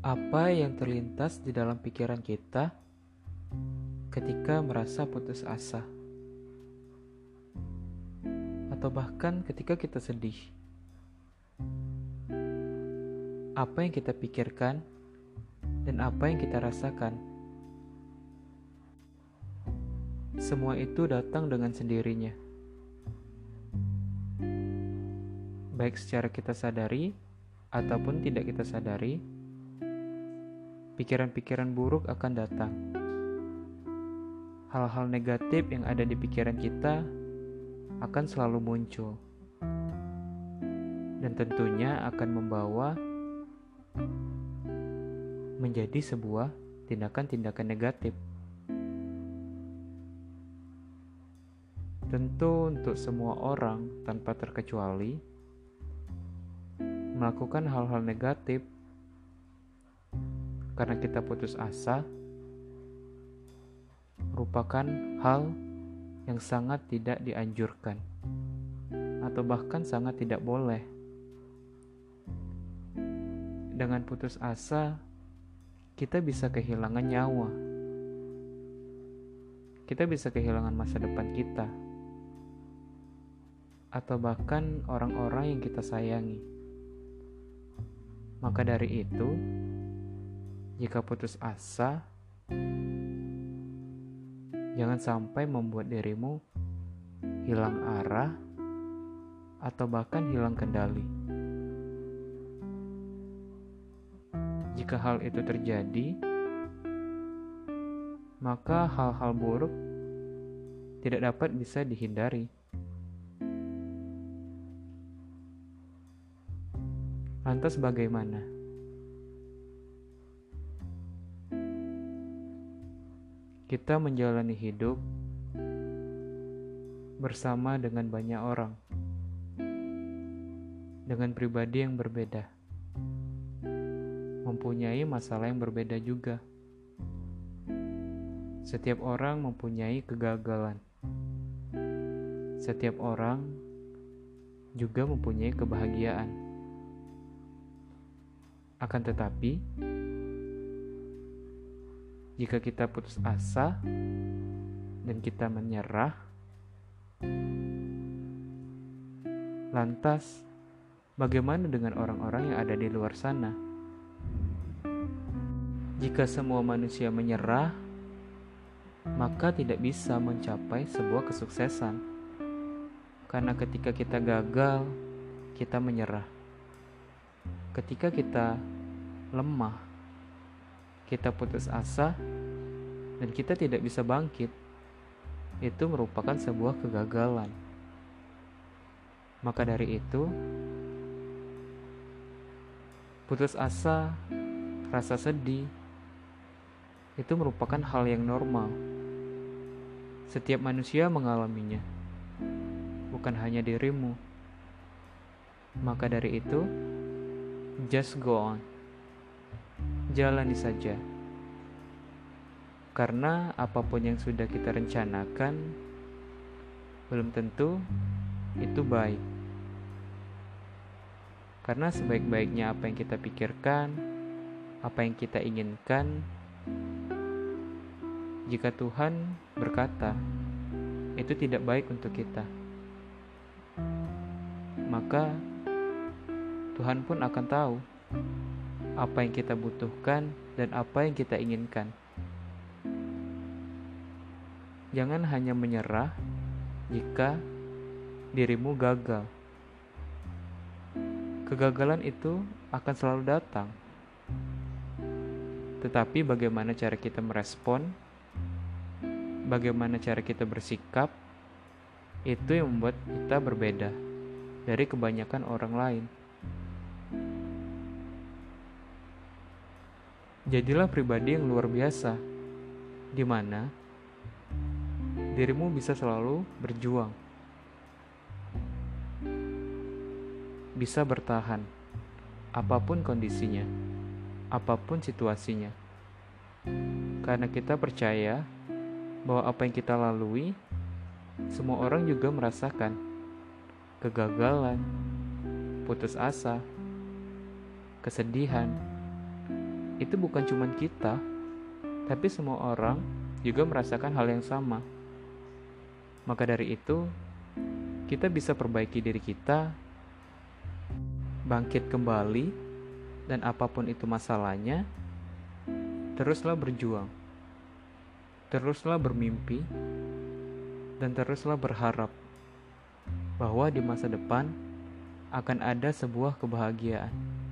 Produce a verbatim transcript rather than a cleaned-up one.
Apa yang terlintas di dalam pikiran kita ketika merasa putus asa, atau bahkan ketika kita sedih? Apa yang kita pikirkan dan apa yang kita rasakan? Semua itu datang dengan sendirinya, baik secara kita sadari ataupun tidak kita sadari. Pikiran-pikiran buruk akan datang. Hal-hal negatif yang ada di pikiran kita akan selalu muncul, dan tentunya akan membawa menjadi sebuah tindakan-tindakan negatif. Tentu untuk semua orang tanpa terkecuali melakukan hal-hal negatif karena kita putus asa merupakan hal yang sangat tidak dianjurkan atau bahkan sangat tidak boleh. Dengan putus asa, kita bisa kehilangan nyawa. Kita bisa kehilangan masa depan kita, atau bahkan orang-orang yang kita sayangi. Maka dari itu, jika putus asa, jangan sampai membuat dirimu hilang arah atau bahkan hilang kendali. Jika hal itu terjadi, maka hal-hal buruk tidak dapat bisa dihindari. Lantas bagaimana? Kita menjalani hidup bersama dengan banyak orang, dengan pribadi yang berbeda, mempunyai masalah yang berbeda juga. Setiap orang mempunyai kegagalan. Setiap orang juga mempunyai kebahagiaan. Akan tetapi, jika kita putus asa dan kita menyerah, lantas bagaimana dengan orang-orang yang ada di luar sana? Jika semua manusia menyerah, maka tidak bisa mencapai sebuah kesuksesan. Karena ketika kita gagal, kita menyerah. Ketika kita lemah, kita putus asa, dan kita tidak bisa bangkit, itu merupakan sebuah kegagalan. Maka dari itu, putus asa, rasa sedih, itu merupakan hal yang normal. Setiap manusia mengalaminya, bukan hanya dirimu. Maka dari itu, just go on. Jalani saja. Karena apapun yang sudah kita rencanakan, belum tentu itu baik. Karena sebaik-baiknya apa yang kita pikirkan, apa yang kita inginkan, jika Tuhan berkata, itu tidak baik untuk kita, maka Tuhan pun akan tahu apa yang kita butuhkan dan apa yang kita inginkan. Jangan hanya menyerah jika dirimu gagal. Kegagalan itu akan selalu datang. Tetapi bagaimana cara kita merespon, bagaimana cara kita bersikap, itu yang membuat kita berbeda dari kebanyakan orang lain. Jadilah pribadi yang luar biasa, di mana dirimu bisa selalu berjuang, bisa bertahan, apapun kondisinya, apapun situasinya. Karena kita percaya bahwa apa yang kita lalui, semua orang juga merasakan kegagalan, putus asa, kesedihan, itu bukan cuma kita, tapi semua orang juga merasakan hal yang sama. Maka dari itu, kita bisa perbaiki diri kita, bangkit kembali, dan apapun itu masalahnya, teruslah berjuang, teruslah bermimpi, dan teruslah berharap bahwa di masa depan akan ada sebuah kebahagiaan.